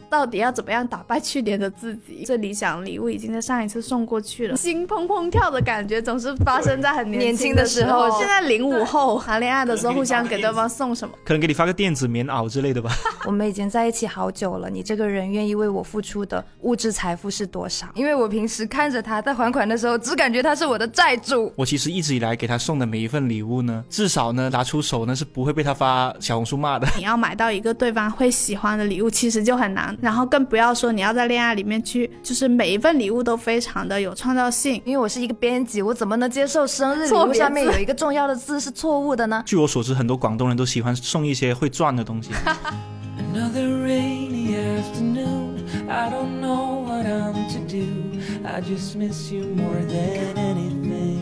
到底要怎么样打败去年的自己。最理想的礼物已经在上一次送过去了，心砰砰跳的感觉总是发生在很年轻的时候。现在05后谈恋爱的时候互相给对方送什么？ 可能给你发个电子棉袄之类的吧。 我们已经在一起好久了，你这个人愿意为我付出的物质财富是多少？因为我平时看着他在还款的时候，只感觉他是我的债主。 我其实一直以来给他送的每一份礼物呢，至少呢拿出手呢是不会被他发小红书骂的。 你要买到一个对方会喜欢的礼物其实就很难，然后更不要说你要在恋爱里面去就是每一份礼物都非常的有创造性。 因为我是一个编辑，我怎么能接受生日礼物上面有一个重要的字是错误的呢？ 据我所知，很多广东人都喜欢送一些会赚的东西。 Another rainy afternoon, I don't know what I'm to do, I just miss you more than anything.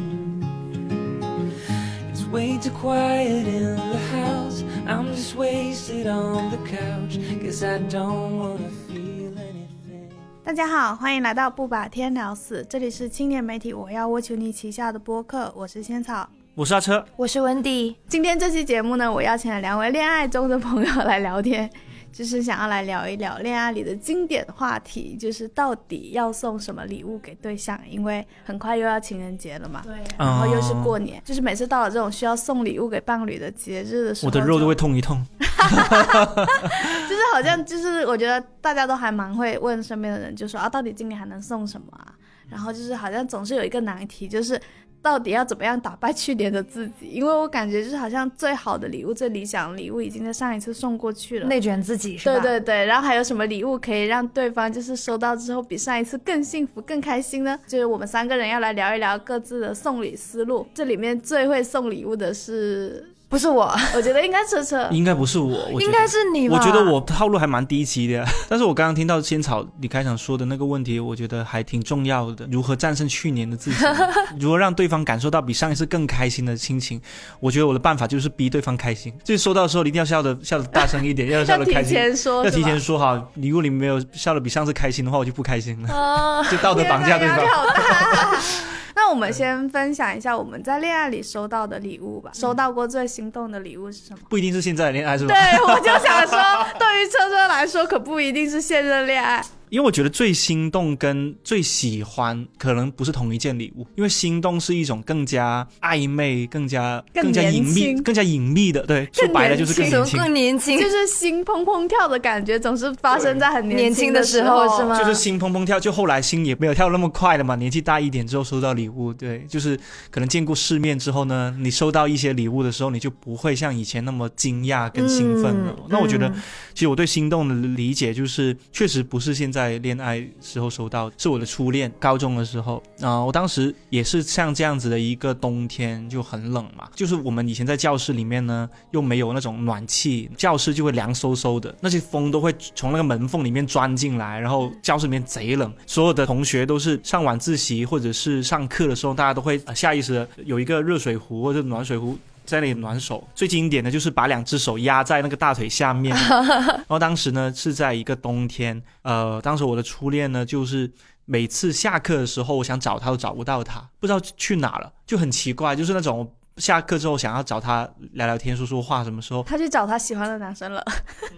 It's way too quiet in the house, I'm just wasted on the couch, cause I don't wanna feel anything. 大家好，欢迎来到不把天聊死，这里是青年媒体我要我求你旗下的播客，我是仙草， 我是阿车， 我是温迪。 今天这期节目呢，我邀请了2位恋爱中的朋友来聊天，就是想要来聊一聊恋爱里的经典话题，就是到底要送什么礼物给对象，因为很快又要情人节了嘛，对，然后又是过年，就是每次到了这种需要送礼物给伴侣的节日的时候， 我的肉都会痛一痛。 就是好像就是我觉得大家都还蛮会问身边的人，就说啊，到底今年还能送什么啊？然后就是好像总是有一个难题，就是到底要怎么样打败去年的自己？因为我感觉就是好像最好的礼物、最理想的礼物已经在上一次送过去了， 内卷自己是吧？ 对对对，然后还有什么礼物可以让对方就是收到之后比上一次更幸福、更开心呢？就是我们3个人要来聊一聊各自的送礼思路。这里面最会送礼物的是。 不是我， 我觉得应该车车， 应该不是我， 应该是你吧？ 我觉得我套路还蛮低级的，但是我刚刚听到仙草你开场说的那个问题，我觉得还挺重要的。如何战胜去年的自己？如何让对方感受到比上一次更开心的心情？我觉得我的办法就是逼对方开心，就是收到的时候一定要笑得大声一点，要笑得开心，要提前说好。如果你没有笑得比上次开心的话，我就不开心了，就道德绑架对方。 那我们先分享一下我们在恋爱里收到的礼物吧。收到过最心动的礼物是什么？ 不一定是现在的恋爱是吧？ 对，我就想说对于车车来说可不一定是现任恋爱， 因为我觉得最心动跟最喜欢可能不是同一件礼物，因为心动是一种更加暧昧、更加隐秘的，对，说白了就是更年轻， 就是心砰砰跳的感觉总是发生在很年轻的时候，是吗？ 就是心砰砰跳，就后来心也没有跳那么快了嘛，年纪大一点之后收到礼物，对，就是可能见过世面之后呢，你收到一些礼物的时候，你就不会像以前那么惊讶跟兴奋了。那我觉得其实我对心动的理解就是确实不是现在恋爱时候收到，是我的初恋，高中的时候我当时也是像这样子的一个冬天，就很冷嘛，就是我们以前在教室里面呢又没有那种暖气，教室就会凉飕飕的，那些风都会从那个门缝里面钻进来，然后教室里面贼冷，所有的同学都是上晚自习或者是上课的时候，大家都会下意识的有一个热水壶或者暖水壶在那里暖手，最经典的就是把2只手压在那个大腿下面。然后当时呢是在一个冬天，当时我的初恋呢就是每次下课的时候我想找他都找不到他，不知道去哪了，就很奇怪，就是那种下课之后想要找他聊聊天说说话，什么时候他去找他喜欢的男生了。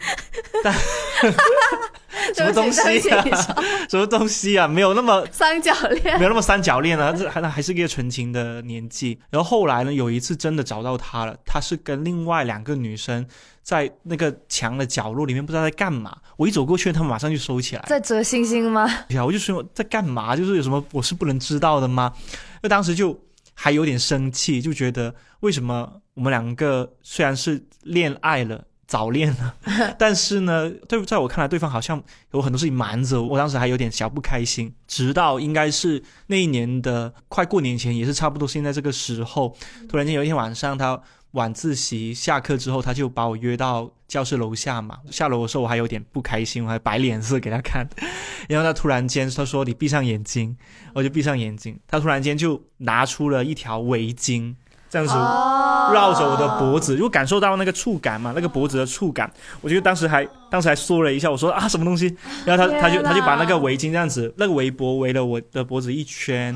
什么东西啊？什么东西啊？没有那么三角恋， 没有那么三角恋啊，这还是一个纯情的年纪。然后后来呢，有一次真的找到他了，他是跟另外2个女生在那个墙的角落里面不知道在干嘛，我一走过去他们马上就收起来， 在折星星吗？ 我就说在干嘛，就是有什么我是不能知道的吗？那当时就还有点生气，就觉得为什么我们2个虽然是恋爱了早恋了，但是呢在我看来对方好像有很多事情瞒着我，当时还有点小不开心。直到应该是那一年的快过年前，也是差不多现在这个时候，突然间有一天晚上他晚自习下课之后，他就把我约到教室楼下嘛，下楼的时候我还有点不开心，我还摆脸色给他看，然后他突然间他说你闭上眼睛，我就闭上眼睛，他突然间就拿出了一条围巾，这样子绕着我的脖子，就感受到那个触感嘛，那个脖子的触感，我就当时还缩了一下，我说啊什么东西，然后他就把那个围巾这样子，那个围脖围了我的脖子一圈，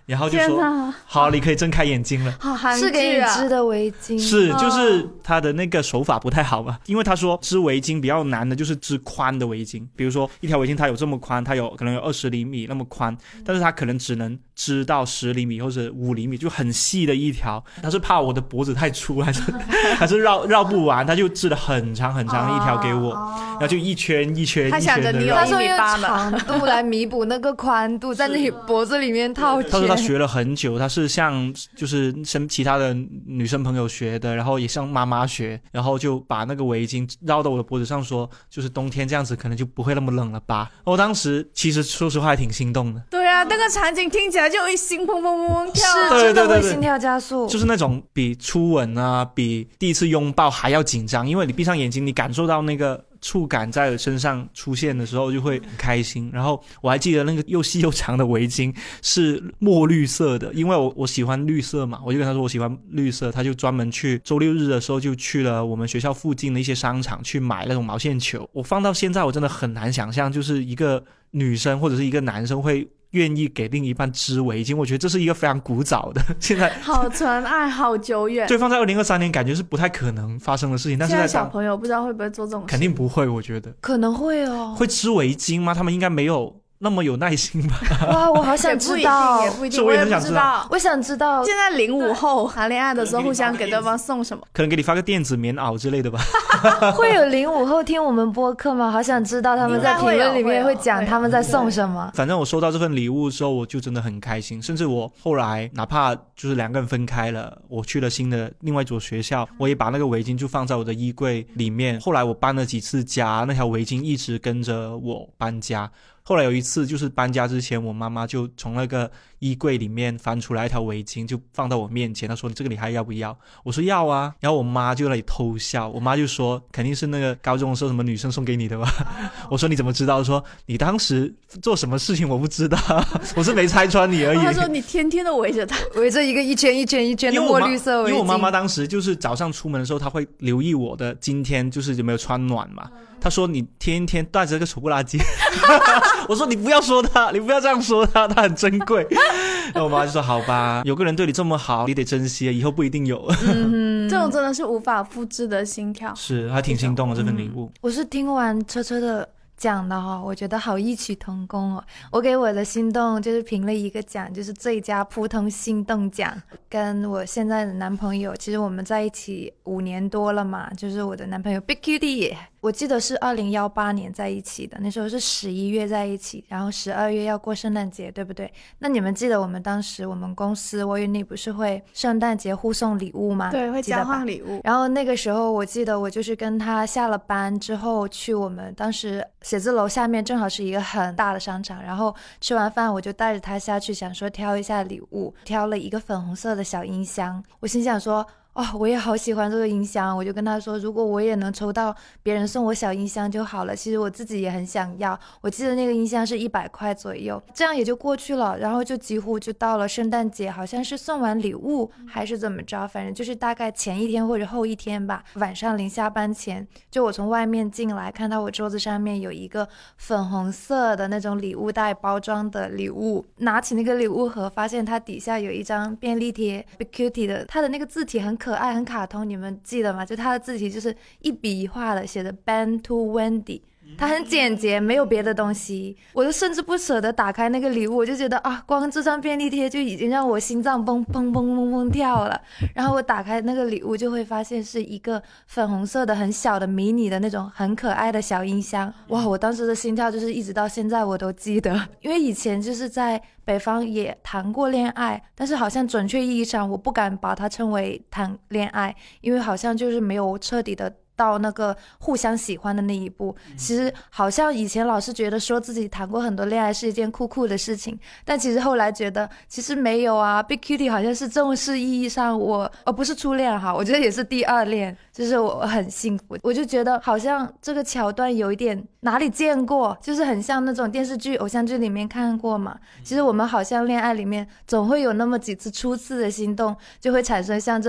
然后就说天哪， 好，你可以睁开眼睛了。 好韩是给剧啊！ 你织的围巾， 是，就是他的那个手法不太好吧？因为他说织围巾比较难的就是织宽的围巾，比如说一条围巾它有这么宽，它可能有20厘米那么宽，但是它可能只能织到10厘米或者5厘米，就很细的一条。他是怕我的脖子太粗，还是绕不完，他就织了很长很长的一条给我，然后就一圈一圈他一想着你有圈的绕。 他说用 1.8 长度来弥补那个宽度，在你脖子里面套圈。 他说他学了很久，他是向就是其他的女生朋友学的，然后也向妈妈学，然后就把那个围巾绕到我的脖子上说，就是冬天这样子可能就不会那么冷了吧。我当时其实说实话还挺心动的， 对啊，那个场景听起来就会心砰砰砰砰跳啊。 是真的对对对会心跳加速， 就是那种比初吻啊，比第一次拥抱还要紧张，因为你闭上眼睛，你感受到那个触感在身上出现的时候就会很开心。然后我还记得那个又细又长的围巾是墨绿色的，因为我喜欢绿色嘛，我就跟他说我喜欢绿色，他就专门去周六日的时候就去了我们学校附近的一些商场去买那种毛线球。我放到现在我真的很难想象，就是一个女生或者是一个男生会愿意给另一半织围巾，我觉得这是一个非常古早的，现在好纯爱，好久远。 对放在2023年感觉是不太可能发生的事情，但是现在在小朋友不知道会不会做这种事， 肯定不会，我觉得可能会哦。 会织围巾吗？他们应该没有那么有耐心吧？ 哇，我好想也不一定， 知道也，不一定， 是我也也很想知道不知道。 我想知道。 现在05后谈恋爱的时候，互相给对方送什么？ 可能给你发个电子棉袄之类的吧。 会有05后听我们播客吗？好想知道他们在评论里面会讲他们在送什么。 反正我收到这份礼物之后，我就真的很开心。甚至我后来哪怕就是2个人分开了，我去了新的另外一所学校，我也把那个围巾就放在我的衣柜里面。后来我搬了几次家，那条围巾一直跟着我搬家。后来有一次就是搬家之前，我妈妈就从那个衣柜里面翻出来一条围巾，就放到我面前，她说这个你还要不要？我说要啊。然后我妈就在那里偷笑，我妈就说肯定是那个高中的时候什么女生送给你的吧。我说你怎么知道？说你当时做什么事情我不知道，我是没拆穿你而已。 他说你天天都围着他， 围着一个一圈一圈一圈的墨绿色围巾。 因为我妈妈当时就是早上出门的时候，她会留意我的今天就是有没有穿暖嘛。她说你天天带着个丑不拉几。我说你不要说他，你不要这样说他，他很珍贵。然后我妈就说好吧，有个人对你这么好，你得珍惜，以后不一定有。 这种真的是无法复制的心跳。 是，还挺心动的这份礼物。 我是听完车车的讲的哈，我觉得好异曲同工哦。我给我的心动就是评了一个奖，就是最佳普通心动奖。跟我现在的男朋友，其实我们在一起5年多了嘛，就是我的男朋友 Big Cutie。我记得是2018年在一起的，那时候是11月在一起，然后12月要过圣诞节，对不对？那你们记得我们当时我们公司Woruni不是会圣诞节互送礼物吗？ 对，会交记得吧换礼物。 然后那个时候我记得我就是跟他下了班之后去我们当时写字楼下面正好是一个很大的商场，然后吃完饭我就带着他下去，想说挑一下礼物，挑了一个粉红色的小音箱。我心想说哦，我也好喜欢这个音箱，我就跟他说，如果我也能抽到别人送我小音箱就好了。其实我自己也很想要，我记得那个音箱是100块左右，这样也就过去了。然后就几乎就到了圣诞节，好像是送完礼物还是怎么着，反正就是大概前一天或者后一天吧。晚上临下班前，就我从外面进来，看到我桌子上面有一个粉红色的那种礼物袋包装的礼物，拿起那个礼物盒，发现它底下有一张便利贴 Big Cutie 的，它的那个字体很可爱很卡通，你们记得吗？就它的字体就是一笔一画的写的 Ben to Wendy，它很简洁，没有别的东西。我就甚至不舍得打开那个礼物，我就觉得啊，光这张便利贴就已经让我心脏砰砰砰砰砰跳了。然后我打开那个礼物，就会发现是一个粉红色的很小的迷你的那种很可爱的小音箱。哇，我当时的心跳就是一直到现在我都记得，因为以前就是在北方也谈过恋爱，但是好像准确意义上我不敢把它称为谈恋爱，因为好像就是没有彻底的到那个互相喜欢的那一步。其实好像以前老是觉得说自己谈过很多恋爱是一件酷酷的事情，但其实后来觉得其实没有啊。 Big Cutie 好像是正式意义上我不是初恋哈，我觉得也是第2恋，就是我很幸福。我就觉得好像这个桥段有一点哪里见过，就是很像那种电视剧偶像剧里面看过嘛。其实我们好像恋爱里面总会有那么几次初次的心动，就会产生像这种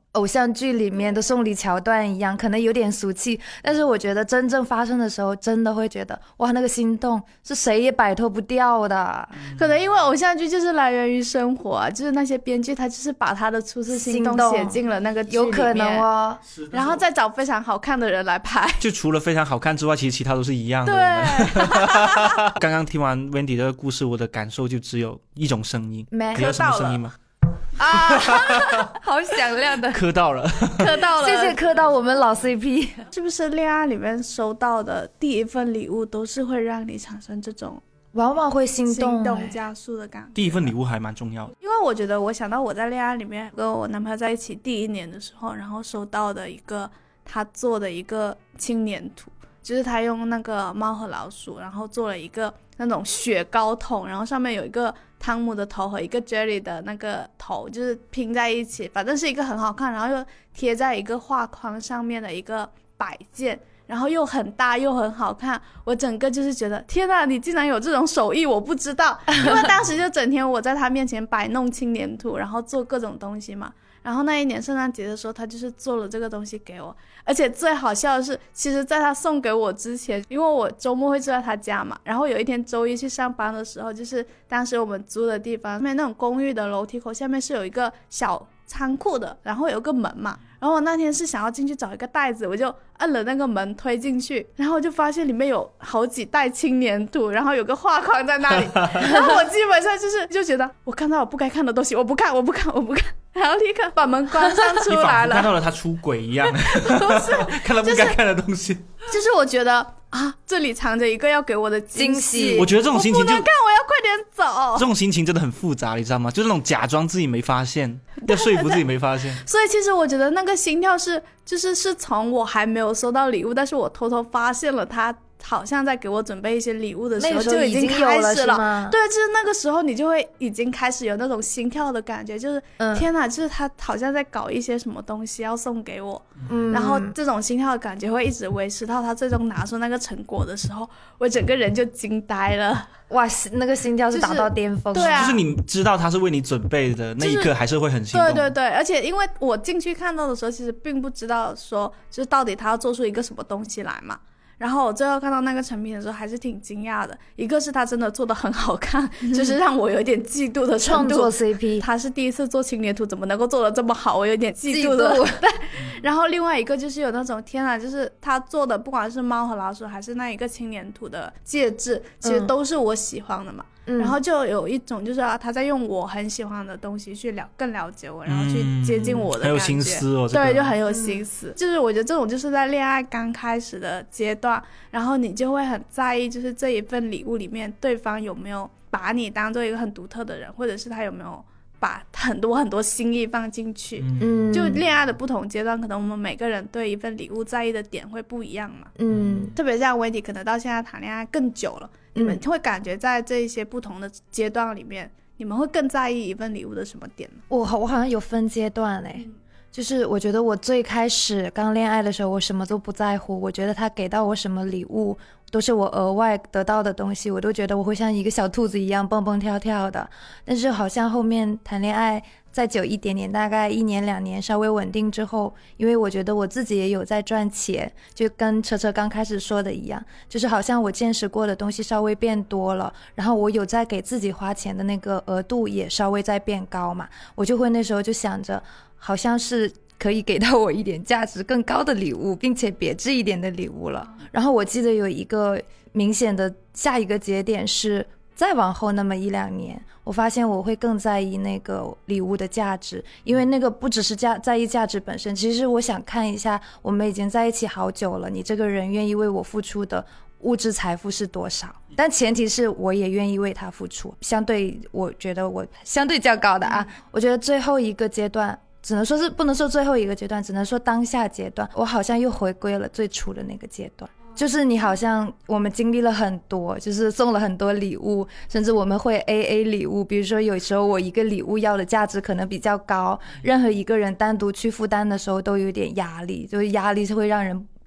偶像剧里面的送礼桥段一样，可能有点俗气，但是我觉得真正发生的时候，真的会觉得哇，那个心动是谁也摆脱不掉的。 可能因为偶像剧就是来源于生活啊，就是那些编剧他就是把他的初次心动写进了那个剧里面， 有可能哦， 然后再找非常好看的人来拍。 就除了非常好看之外，其实其他都是一样的。 对， 刚刚听完 Wendy 这个故事，我的感受就只有一种声音。 没你有什么声音吗？ 啊， 好响亮的， 磕到了。 磕到了， 谢谢磕到我们老 CP。 是不是恋爱里面收到的第一份礼物都是会让你产生这种往往会心动， 心动加速的感觉？ 第一份礼物还蛮重要的， 因为我觉得我想到我在恋爱里面跟我男朋友在一起第1年的时候，然后收到的一个他做的一个轻粘土，就是他用那个猫和老鼠，然后做了一个那种雪糕桶，然后上面有一个汤姆的头和一个 Jerry 的那个头，就是拼在一起，反正是一个很好看，然后又贴在一个画框上面的一个摆件，然后又很大又很好看，我整个就是觉得天哪，你竟然有这种手艺，我不知道，因为当时就整天我在他面前摆弄轻粘土，然后做各种东西嘛。然后那一年圣诞节的时候，他就是做了这个东西给我，而且最好笑的是，其实在他送给我之前，因为我周末会住在他家嘛，然后有一天周一去上班的时候，就是当时我们租的地方，那种公寓的楼梯口下面是有一个小仓库的，然后有个门嘛，然后我那天是想要进去找一个袋子，我就按了那个门推进去，然后我就发现里面有好几袋轻粘土，然后有个画框在那里，然后我基本上就觉得我看到我不该看的东西，我不看，然后立刻把门关上出来了， 你仿佛看到了他出轨一样。 不是看到不该看的东西， 就是我觉得啊，这里藏着一个要给我的惊喜， 我觉得这种心情就我不能看，我要快点走。 这种心情真的很复杂，你知道吗？就是那种假装自己没发现，要说服自己没发现。 所以其实我觉得那个心跳是从我还没有收到礼物，但是我偷偷发现了他好像在给我准备一些礼物的时候就已经开始了。对，就是那个时候你就会已经开始有那种心跳的感觉，就是天哪，就是他好像在搞一些什么东西要送给我，然后这种心跳的感觉会一直维持到他最终拿出那个成果的时候，我整个人就惊呆了。 哇，那个心跳是达到巅峰， 对啊， 就是你知道他是为你准备的那一刻，还是会很心动。 对对对，而且因为我进去看到的时候，其实并不知道说就是到底他要做出一个什么东西来嘛。然后我最后看到那个成品的时候还是挺惊讶的，一个是他真的做得很好看，就是让我有点嫉妒的程度。 创作 CP， 他是第一次做轻粘土，怎么能够做得这么好，我有点嫉妒的。对，然后另外一个就是有那种天啊，就是他做的不管是猫和老鼠还是那一个轻粘土的戒指，其实都是我喜欢的嘛。然后就有一种就是他在用我很喜欢的东西去更了解我，然后去接近我的感觉， 很有心思哦。 对，就很有心思。就是我觉得这种就是在恋爱刚开始的阶段，然后你就会很在意，就是这一份礼物里面对方有没有把你当做一个很独特的人，或者是他有没有把很多很多心意放进去。就恋爱的不同阶段，可能我们每个人对一份礼物在意的点会不一样嘛。特别像Wendy可能到现在谈恋爱更久了，你们会感觉在这一些不同的阶段里面，你们会更在意一份礼物的什么点呢？ 我好像有分阶段嘞。就是我觉得我最开始刚恋爱的时候，我什么都不在乎，我觉得他给到我什么礼物都是我额外得到的东西，我都觉得我会像一个小兔子一样蹦蹦跳跳的。但是好像后面谈恋爱再久一点点，大概1年2年稍微稳定之后，因为我觉得我自己也有在赚钱，就跟车车刚开始说的一样，就是好像我见识过的东西稍微变多了，然后我有在给自己花钱的那个额度也稍微在变高嘛，我就会那时候就想着好像是可以给到我一点价值更高的礼物，并且别致一点的礼物了。然后我记得有一个明显的下一个节点是再往后那么1-2年，我发现我会更在意那个礼物的价值，因为那个不只是在意价值本身，其实我想看一下我们已经在一起好久了，你这个人愿意为我付出的物质财富是多少，但前提是我也愿意为他付出，相对我觉得我相对较高的啊。我觉得最后一个阶段只能说是不能说最后一个阶段，只能说当下阶段，我好像又回归了最初的那个阶段，就是你好像我们经历了很多，就是送了很多礼物，甚至我们会 AA 礼物，比如说有时候我一个礼物要的价值可能比较高，任何一个人单独去负担的时候都有点压力，就是压力是会让人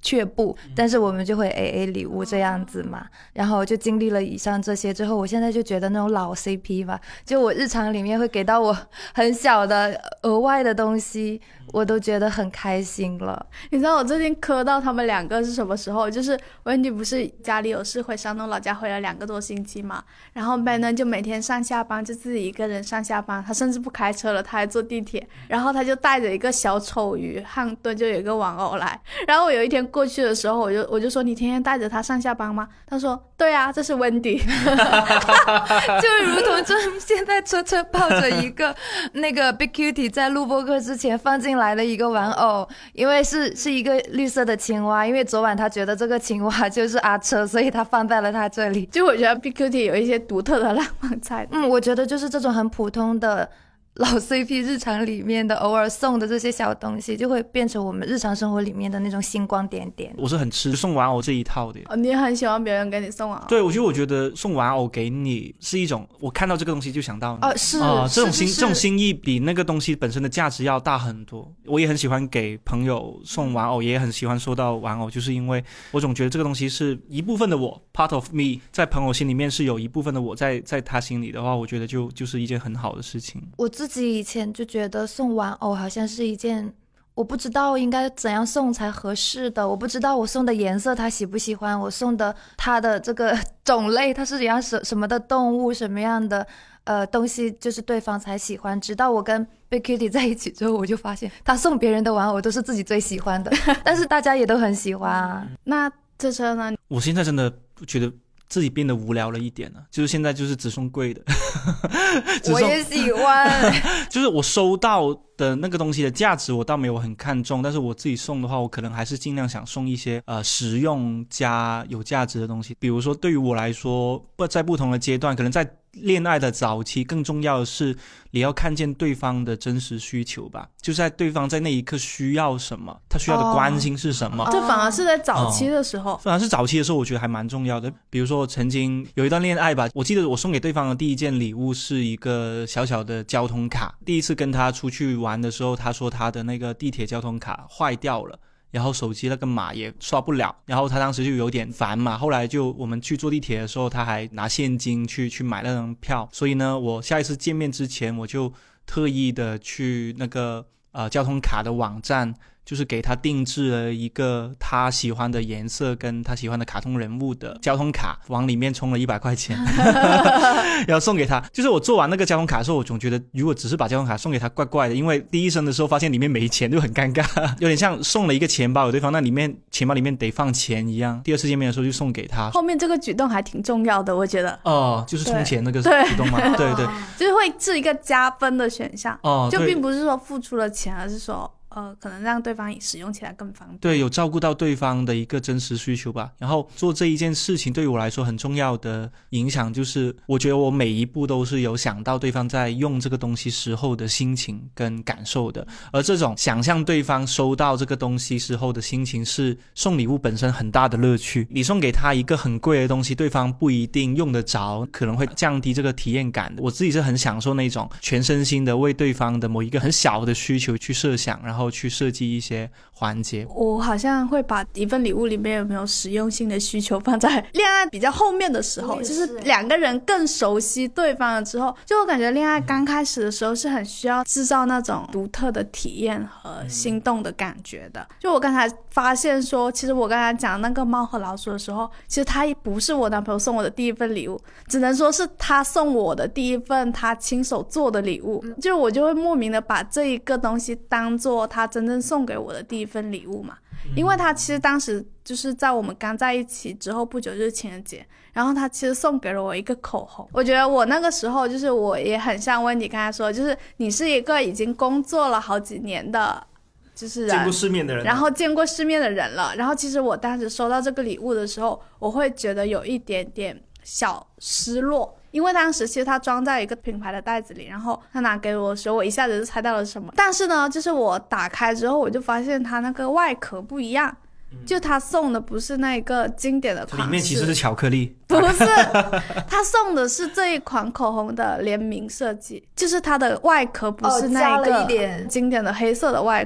却步，但是我们就会 AA 礼物这样子嘛。然后就经历了以上这些之后，我现在就觉得那种老 CP 吧，就我日常里面会给到我很小的额外的东西，我都觉得很开心了。 你知道我最近磕到他们两个是什么时候？就是 Wendy 不是家里有事回山东老家回了2个多星期嘛，然后 Ben 呢就每天上下班就自己一个人上下班，他甚至不开车了，他还坐地铁，然后他就带着一个小丑鱼汉顿，就有一个玩偶来。然后我有一天过去的时候，我就说你天天带着他上下班吗？他说对啊，这是 Wendy 就如同这现在车抱着一个那个 Big Cutie 在录播课之前放进来的一个玩偶，因为是一个绿色的青蛙，因为昨晚他觉得这个青蛙就是阿车，所以他放在了他这里。 就我觉得 Big Cutie 有一些独特的浪漫在。 我觉得就是这种很普通的老 CP 日常里面的偶尔送的这些小东西，就会变成我们日常生活里面的那种星光点点。 我是很吃送玩偶这一套的。 你也很喜欢别人给你送玩偶？ 对，我觉得送玩偶给你是一种，我看到这个东西就想到你。 是这种心意比那个东西本身的价值要大很多。我也很喜欢给朋友送玩偶，也很喜欢收到玩偶，就是因为我总觉得这个东西是一部分的我 part of me， 在朋友心里面是有一部分的我在他心里的话，我觉得就是一件很好的事情。 我自己以前就觉得送玩偶好像是一件我不知道应该怎样送才合适的，我不知道我送的颜色他喜不喜欢，我送的他的这个种类他是养什么的动物，什么样的东西就是对方才喜欢。直到我跟 Big Cutie 在一起之后，我就发现他送别人的玩偶都是自己最喜欢的但是大家也都很喜欢啊。 那这车呢？ 我现在真的觉得自己变得无聊了一点了，就是现在就是只送贵的我也喜欢就是我收到的那个东西的价值我倒没有很看重，但是我自己送的话，我可能还是尽量想送一些实用加有价值的东西。比如说对于我来说，在不同的阶段，可能在恋爱的早期，更重要的是你要看见对方的真实需求吧，就在对方在那一刻需要什么，他需要的关心是什么。 这反而是在早期的时候， 反而是早期的时候我觉得还蛮重要的。比如说我曾经有一段恋爱吧，我记得我送给对方的第一件礼物是一个小小的交通卡。第一次跟他出去玩的时候，他说他的那个地铁交通卡坏掉了，然后手机那个码也刷不了，然后他当时就有点烦嘛。后来就我们去坐地铁的时候，他还拿现金去买那张票。所以呢，我下一次见面之前，我就特意的去那个交通卡的网站，就是给他定制了一个他喜欢的颜色跟他喜欢的卡通人物的交通卡，往里面充了100块钱然后送给他。就是我做完那个交通卡的时候，我总觉得如果只是把交通卡送给他怪怪的，因为第一声的时候发现里面没钱就很尴尬有点像送了一个钱包给对方，那里面钱包里面得放钱一样。第二次见面的时候就送给他。 后面这个举动还挺重要的，我觉得就是充钱那个举动嘛。对对就是会是一个加分的选项就并不是说付出了钱，而是说可能让对方使用起来更方便。 对，有照顾到对方的一个真实需求吧。然后做这一件事情对于我来说很重要的影响就是，我觉得我每一步都是有想到对方在用这个东西时候的心情跟感受的，而这种想象对方收到这个东西时候的心情是送礼物本身很大的乐趣。你送给他一个很贵的东西，对方不一定用得着，可能会降低这个体验感。我自己是很享受那种全身心的为对方的某一个很小的需求去设想，然后去设计一些环节。 我好像会把一份礼物里面有没有实用性的需求放在恋爱比较后面的时候，就是两个人更熟悉对方了之后。就我感觉恋爱刚开始的时候是很需要制造那种独特的体验和心动的感觉的。就我刚才发现说，其实我刚才讲那个猫和老鼠的时候，其实他不是我男朋友送我的第一份礼物，只能说是他送我的第一份他亲手做的礼物。就我就会莫名的把这一个东西当做他真正送给我的第一份礼物嘛。因为他其实当时就是在我们刚在一起之后不久就是情人节，然后他其实送给了我一个口红。我觉得我那个时候就是我也很像温迪刚才说，就是你是一个已经工作了好几年的就是见过世面的人， 然后见过世面的人了。然后其实我当时收到这个礼物的时候，我会觉得有一点点小失落，因为当时其实它装在一个品牌的袋子里，然后他拿给我的时候，我一下子就猜到了什么。但是呢，就是我打开之后，我就发现它那个外壳不一样，就他送的不是那个经典的款式， 里面其实是巧克力。 不是他送的是这一款口红的联名设计，就是它的外壳不是那个经典的黑色的外壳，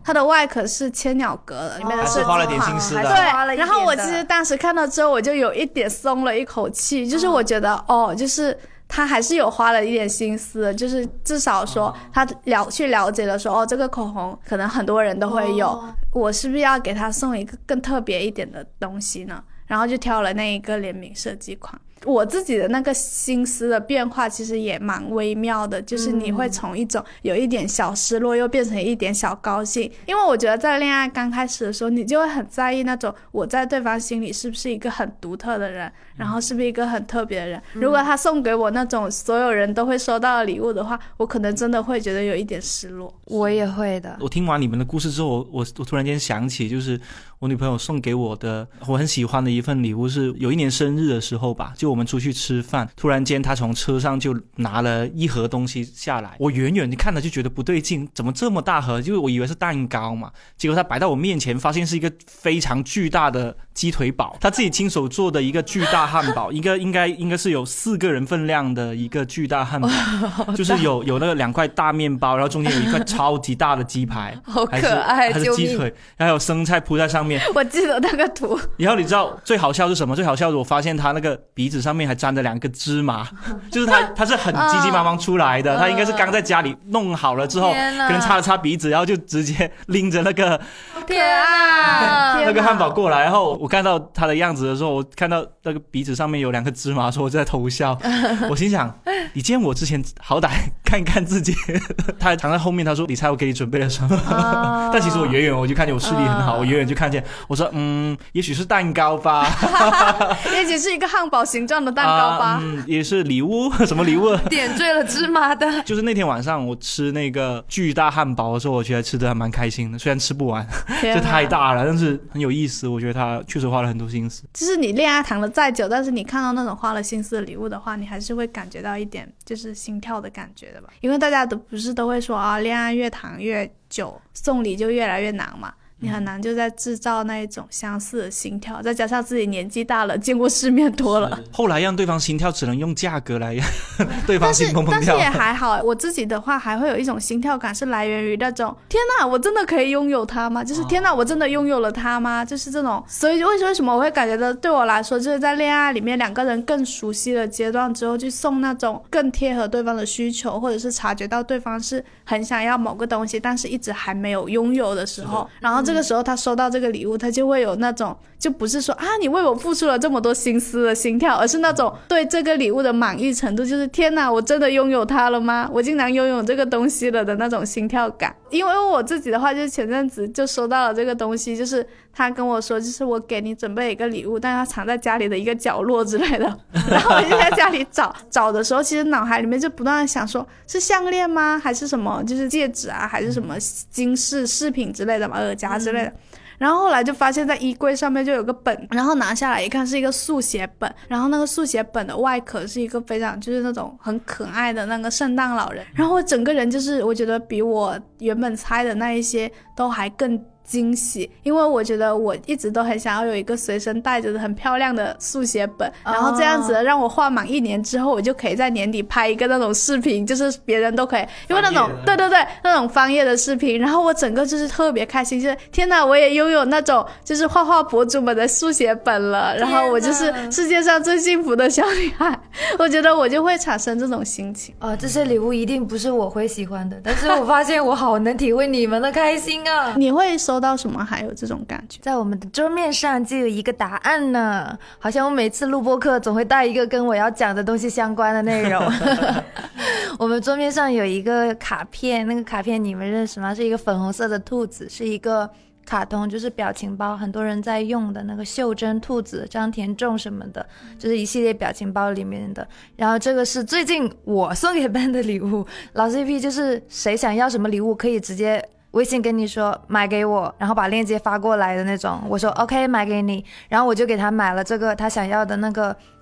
它的外壳是千鸟格的，里面的设计还是花了点心思的对，然后我其实当时看到之后，我就有一点松了一口气，就是我觉得就是他还是有花了一点心思的，就是至少说他去了解了说这个口红可能很多人都会有，我是不是要给他送一个更特别一点的东西呢？然后就挑了那一个联名设计款。我自己的那个心思的变化其实也蛮微妙的，就是你会从一种有一点小失落又变成一点小高兴，因为我觉得在恋爱刚开始的时候，你就会很在意那种我在对方心里是不是一个很独特的人，然后是不是一个很特别的人。如果他送给我那种所有人都会收到的礼物的话，我可能真的会觉得有一点失落。 我也会的。 我听完你们的故事之后，我突然间想起，就是我女朋友送给我的我很喜欢的一份礼物，是有一年生日的时候吧，就我们出去吃饭，突然间她从车上就拿了一盒东西下来，我远远看了就觉得不对劲，怎么这么大盒，就是我以为是蛋糕嘛，结果她摆到我面前，发现是一个非常巨大的鸡腿堡，她自己亲手做的一个巨大汉堡，应该是有4个人分量的一个巨大汉堡，就是有那个2块大面包，然后中间有一块超级大的鸡排， 好可爱， 还是鸡腿，还有生菜铺在上面。 我记得那个图。 然后你知道最好笑是什么？最好笑的我发现他那个鼻子上面还沾着2个芝麻，就是他是很急急忙忙出来的，他应该是刚在家里弄好了之后，可能擦了擦鼻子，然后就直接拎着那个那个汉堡过来。然后我看到他的样子的时候，我看到那个鼻子上面有2个芝麻，说我在偷笑。我心想，你见我之前好歹看一看自己。他还藏在后面，他说你猜我给你准备了什么？但其实我远远我就看见我视力很好，我远远就看见，我说也许是蛋糕吧。 也许是一个汉堡形状的蛋糕吧。 也是礼物。什么礼物？ 点缀了芝麻的。 就是那天晚上我吃那个巨大汉堡的时候，我觉得吃得还蛮开心的，虽然吃不完，这太大了，但是很有意思，我觉得他确实花了很多心思。 就是你恋爱谈了再久，但是你看到那种花了心思的礼物的话，你还是会感觉到一点就是心跳的感觉的吧。因为大家不是都会说恋爱越谈越久，送礼就越来越难嘛，你很难就在制造那一种相似的心跳，再加上自己年纪大了，见过世面多了， 后来让对方心跳只能用价格来对方心砰砰跳。 但是也还好，我自己的话还会有一种心跳感，是来源于那种天哪，我真的可以拥有它吗？就是天哪，我真的拥有了它吗？就是这种。所以为什么我会感觉到对我来说，就是在恋爱里面2个人更熟悉的阶段之后，去送那种更贴合对方的需求，或者是察觉到对方是很想要某个东西，但是一直还没有拥有的时候，然后这个时候他收到这个礼物，他就会有那种，就不是说你为我付出了这么多心思的心跳，而是那种对这个礼物的满意程度，就是天哪，我真的拥有它了吗？我竟然拥有这个东西了的那种心跳感。因为我自己的话，就是前阵子就收到了这个东西，就是他跟我说，就是我给你准备一个礼物，但是他藏在家里的一个角落之类的，然后我就在家里找的时候，其实脑海里面就不断的想说，是项链吗？还是什么？就是戒指啊，还是什么金饰品之类的嘛，耳夹之类的。然后后来就发现在衣柜上面就有个本，然后拿下来一看是一个速写本，然后那个速写本的外壳是一个非常就是那种很可爱的那个圣诞老人，然后我整个人就是我觉得比我原本猜的那一些都还更惊喜，因为我觉得我一直都很想要有一个随身带着的很漂亮的速写本，然后这样子让我画满1年之后，我就可以在年底拍一个那种视频，就是别人都可以，因为那种对那种翻页的视频，然后我整个就是特别开心，就是天哪，我也拥有那种就是画画博主们的速写本了，然后我就是世界上最幸福的小女孩，我觉得我就会产生这种心情。 这些礼物一定不是我会喜欢的，但是我发现我好能体会你们的开心啊。 你会收到什么还有这种感觉？ 在我们的桌面上就有一个答案呢，好像我每次录播课总会带一个跟我要讲的东西相关的内容。我们桌面上有一个卡片，那个卡片你们认识吗？是一个粉红色的兔子，是一个卡通，就是表情包，很多人在用的那个袖珍兔子、张田仲什么的，就是一系列表情包里面的。然后这个是最近我送给 Ben 的礼物，老 CP 就是谁想要什么礼物可以直接微信跟你说买给我，然后把链接发过来的那种。我说 OK 买给你，然后我就给他买了这个他想要的那个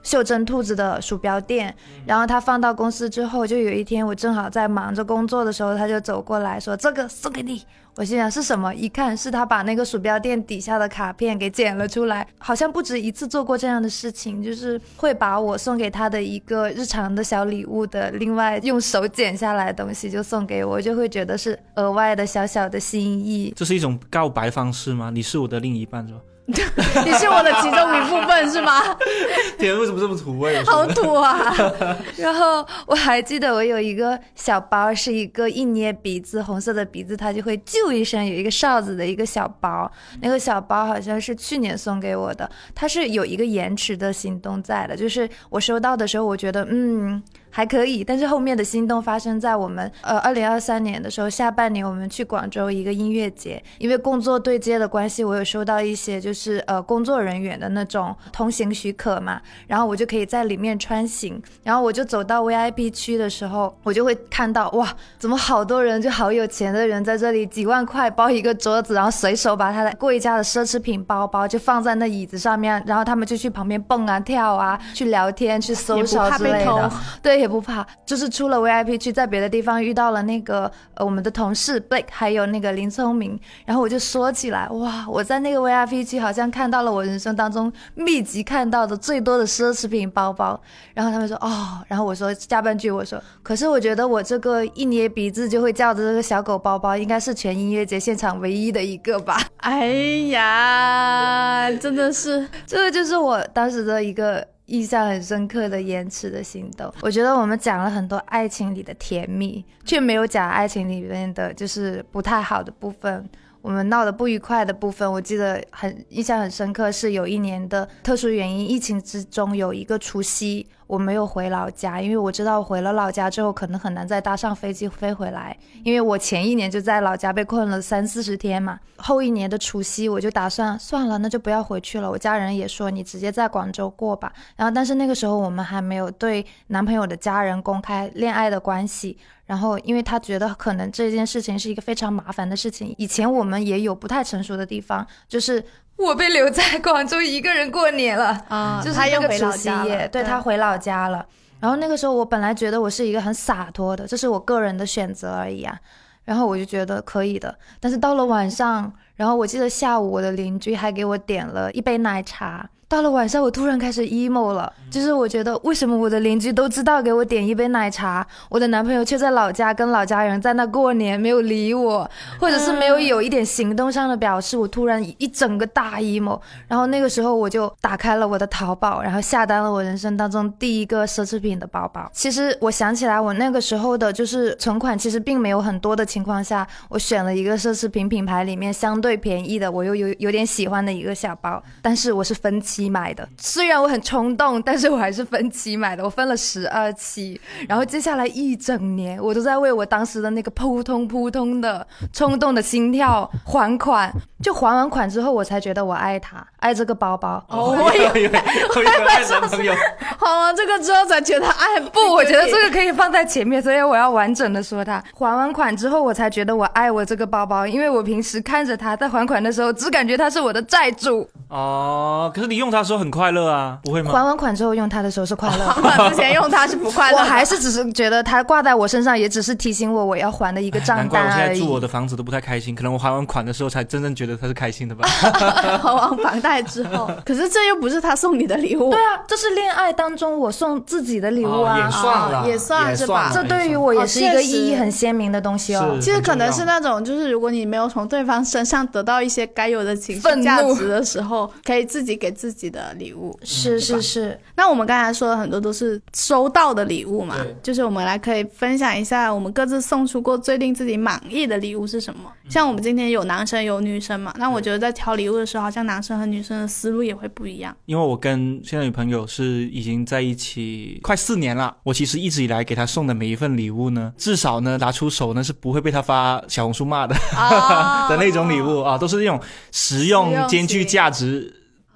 袖珍兔子的鼠标垫，然后他放到公司之后，就有一天我正好在忙着工作的时候，他就走过来说这个送给你。我心想是什么，一看是他把那个鼠标垫底下的卡片给剪了出来，好像不止一次做过这样的事情，就是会把我送给他的一个日常的小礼物的另外用手剪下来的东西就送给我，就会觉得是额外的小小的心意。 这是一种告白方式吗？你是我的另一半是吧？ 你是我的其中一部分是吗？ 天，为什么这么土味？ 好土啊！ 然后我还记得我有一个小包，是一个一捏鼻子，红色的鼻子它就会啾一声，有一个哨子的一个小包，那个小包好像是去年送给我的，它是有一个延迟的心动在的，就是我收到的时候我觉得还可以，但是后面的心动发生在我们2023年的时候，下半年我们去广州一个音乐节，因为工作对接的关系，我有收到一些就是工作人员的那种通行许可嘛，然后我就可以在里面穿行，然后我就走到 VIP 区的时候，我就会看到哇，怎么好多人，就好有钱的人在这里几万块包一个桌子，然后随手把他的贵价的奢侈品包包就放在那椅子上面，然后他们就去旁边蹦啊跳啊，去聊天去搜手之类的，对，也不怕。就是出了 VIP 区，在别的地方遇到了那个我们的同事 Blake 还有那个林聪明，然后我就说起来，哇，我在那个 VIP 区好像看到了我人生当中密集看到的最多的奢侈品包包，然后他们说然后我说下半句我说，可是我觉得我这个一捏鼻子就会叫的这个小狗包包应该是全音乐节现场唯一的一个吧。 哎呀，真的是， 这个就是我当时的一个印象很深刻的延迟的行动。我觉得我们讲了很多爱情里的甜蜜，却没有讲爱情里面的就是不太好的部分，我们闹得不愉快的部分。我记得印象很深刻，是有一年的特殊原因，疫情之中有一个除夕我没有回老家，因为我知道回了老家之后可能很难再搭上飞机飞回来，因为我前一年就在老家被困了30-40天嘛。后一年的除夕我就打算算了，那就不要回去了，我家人也说你直接在广州过吧。然后但是那个时候我们还没有对男朋友的家人公开恋爱的关系，然后因为他觉得可能这件事情是一个非常麻烦的事情，以前我们也有不太成熟的地方，就是我被留在广州一个人过年了就是那个除夕夜，对，他回老家了。然后那个时候我本来觉得我是一个很洒脱的，这是我个人的选择而已啊，然后我就觉得可以的。但是到了晚上，然后我记得下午我的邻居还给我点了一杯奶茶，到了晚上我突然开始 emo 了，就是我觉得为什么我的邻居都知道给我点一杯奶茶，我的男朋友却在老家跟老家人在那过年，没有理我，或者是没有一点行动上的表示，我突然一整个大 emo。 然后那个时候我就打开了我的淘宝，然后下单了我人生当中第一个奢侈品的包包。其实我想起来我那个时候的就是存款其实并没有很多的情况下，我选了一个奢侈品品牌里面相对便宜的，我又有点喜欢的一个小包，但是我是分期买的，虽然我很冲动，但是我还是分期买的，我分了12期，然后接下来一整年我都在为我当时的那个扑通扑通的冲动的心跳还款，就还完款之后我才觉得我爱他，爱这个包包。 我以为爱男朋友， 还完这个之后才觉得爱不，我觉得这个可以放在前面，所以我要完整的说他。还完款之后我才觉得我爱我这个包包，因为我平时看着他在还款的时候只感觉他是我的债主。 可是你用它的时候很快乐啊，不会吗？ 还完款之后用它的时候是快乐还之前用它是不快乐我还是只是觉得它挂在我身上也只是提醒我要还的一个账单而已。 难怪我现在住我的房子都不太开心，可能我还完款的时候才真正觉得它是开心的吧还完房贷之后可是这又不是他送你的礼物。 对啊，这是恋爱当中我送自己的礼物啊， 也算了， 也算是吧， 这对于我也是一个意义很鲜明的东西哦。 其实可能是那种就是如果你没有从对方身上得到一些该有的情绪价值的时候，可以自己给自己的礼物。 是。 那我们刚才说的很多都是收到的礼物嘛，就是我们来可以分享一下我们各自送出过最令自己满意的礼物是什么。像我们今天有男生有女生嘛，那我觉得在挑礼物的时候好像男生和女生的思路也会不一样。 因为我跟现在女朋友是已经在一起快4年了，我其实一直以来给她送的每一份礼物呢，至少呢拿出手呢是不会被她发小红书骂的的那种礼物啊，都是那种实用兼具价值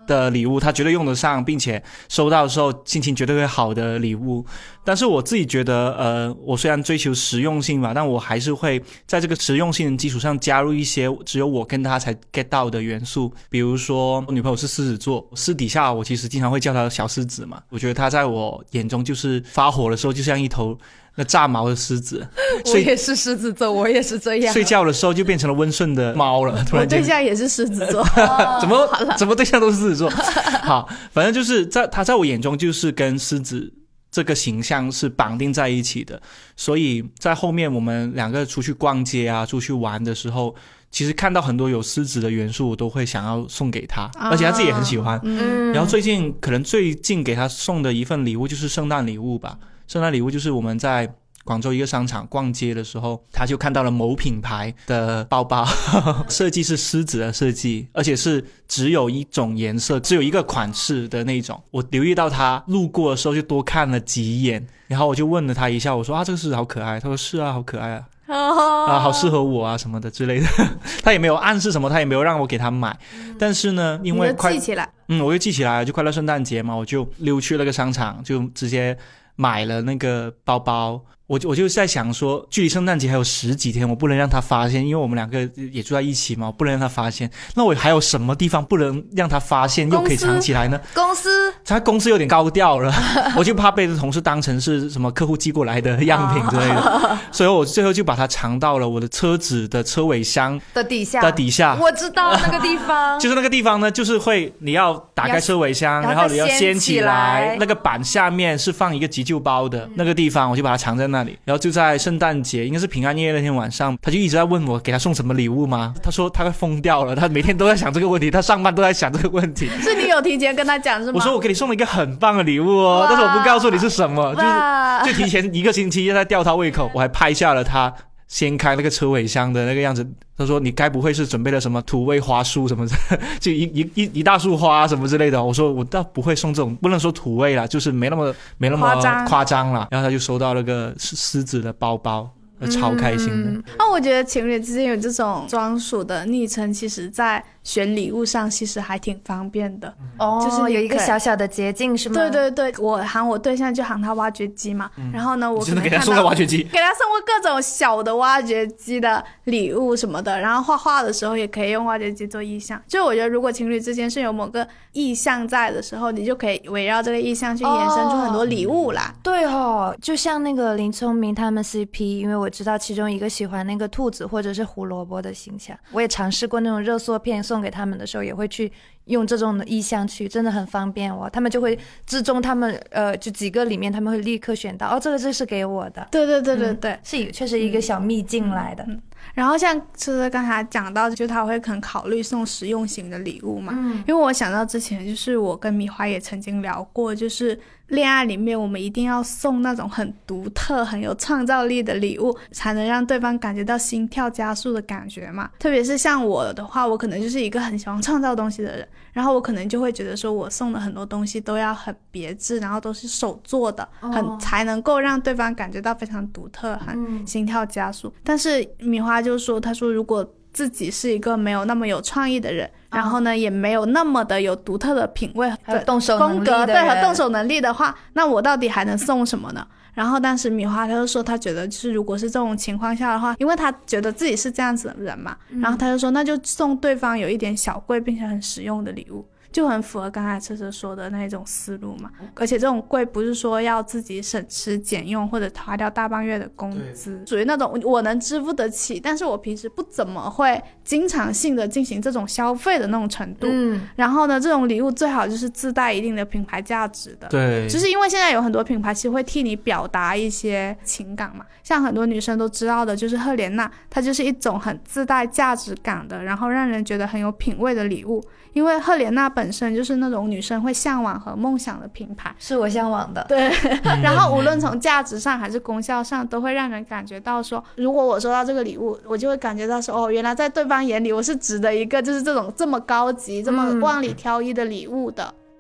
的礼物，他绝对用得上，并且收到的时候心情绝对会好的礼物。但是我自己觉得我虽然追求实用性吧，但我还是会在这个实用性的基础上加入一些只有我跟他才 get 到的元素。比如说我女朋友是狮子座，私底下我其实经常会叫她小狮子嘛，我觉得她在我眼中就是发火的时候就像一头那炸毛的狮子。 我也是狮子座，我也是这样。 睡觉的时候就变成了温顺的猫了。突我然间对象也是狮子座， 怎么对象都是狮子座？好，反正就是他在我眼中就是跟狮子这个形象是绑定在一起的，所以在后面我们两个出去逛街啊，出去玩的时候，其实看到很多有狮子的元素，我都会想要送给他，而且他自己也很喜欢。然后最近给他送的一份礼物就是圣诞礼物吧。圣诞礼物就是我们在广州一个商场逛街的时候，他就看到了某品牌的包包，设计是狮子的设计，而且是只有一种颜色，只有一个款式的那种。我留意到他路过的时候就多看了几眼，然后我就问了他一下，我说这个狮子好可爱。他说是啊，好可爱啊，好适合我啊什么的之类的。他也没有暗示什么，他也没有让我给他买，但是呢，因为你就记起来， 我就记起来了，就快乐圣诞节嘛，我就溜去那个商场，就直接买了那个包包。我就在想说，距离圣诞节还有10几天，我不能让他发现，因为我们两个也住在一起嘛，我不能让他发现。那我还有什么地方不能让他发现又可以藏起来呢？ 公司， 他公司有点高调了，我就怕被同事当成是什么客户寄过来的样品之类的，所以我最后就把它藏到了我的车子的车尾箱的底下。我知道那个地方， 就是那个地方呢，就是会你要打开车尾箱，然后你要掀起来，那个板下面是放一个急救包的那个地方，我就把它藏在那里。然后就在圣诞节，应该是平安夜那天晚上，他就一直在问我给他送什么礼物吗？他说他快疯掉了，他每天都在想这个问题，他上班都在想这个问题。 是你有提前跟他讲是吗？ 我说我给你送了一个很棒的礼物哦，但是我不告诉你是什么，就提前1个星期在吊他胃口。我还拍下了他掀开那个车尾箱的那个样子。他说你该不会是准备了什么土味花束什么的，就一大束花什么之类的。我说我倒不会送这种，不能说土味啦，就是没那么夸张啦。然后他就收到那个狮子的包包，超开心的。 那我觉得情侣之间有这种专属的昵称，其实在选礼物上其实还挺方便的。 就是有一个小小的捷径是吗？ 对对对，我喊我对象就喊他挖掘机嘛，然后呢我可能给他送了挖掘机， 给他送过各种小的挖掘机的礼物什么的，然后画画的时候也可以用挖掘机做意象。就我觉得如果情侣之间是有某个意象在的时候，你就可以围绕这个意象去衍生出很多礼物啦。 对就像那个林聪明他们 CP， 因为我知道其中一个喜欢那个兔子或者是胡萝卜的形象，我也尝试过那种热缩片，送给他们的时候也会去用这种的意象去，真的很方便他们就会之中他们就几个里面他们会立刻选到这个是给我的。 对对对对对， 是确实一个小秘境来的。 然后像就是刚才讲到，就他会可能考虑送实用型的礼物嘛，因为我想到之前就是我跟米花也曾经聊过，就是恋爱里面我们一定要送那种很独特很有创造力的礼物，才能让对方感觉到心跳加速的感觉嘛。特别是像我的话，我可能就是一个很喜欢创造东西的人，然后我可能就会觉得说我送的很多东西都要很别致，然后都是手做的，才能够让对方感觉到非常独特，很心跳加速。但是米花就说，他说如果自己是一个没有那么有创意的人，然后呢也没有那么的有独特的品味和动手能力的风格，对，和动手能力的话，那我到底还能送什么呢？然后当时米花他就说他觉得就是如果是这种情况下的话，因为他觉得自己是这样子的人嘛，然后他就说那就送对方有一点小贵并且很实用的礼物，就很符合刚才车车说的那种思路嘛。而且这种贵不是说要自己省吃俭用或者花掉大半月的工资，属于那种我能支付得起，但是我平时不怎么会经常性的进行这种消费的那种程度。然后呢这种礼物最好就是自带一定的品牌价值的。 对， 就是因为现在有很多品牌其实会替你表达一些情感嘛，像很多女生都知道的就是赫莲娜，它就是一种很自带价值感的，然后让人觉得很有品味的礼物。因为赫莲娜本身就是那种女生会向往和梦想的品牌， 是我向往的。 对然后无论从价值上还是功效上都会让人感觉到说，如果我收到这个礼物，我就会感觉到说原来在对方眼里我是值得一个就是这种这么高级这么万里挑一的礼物的。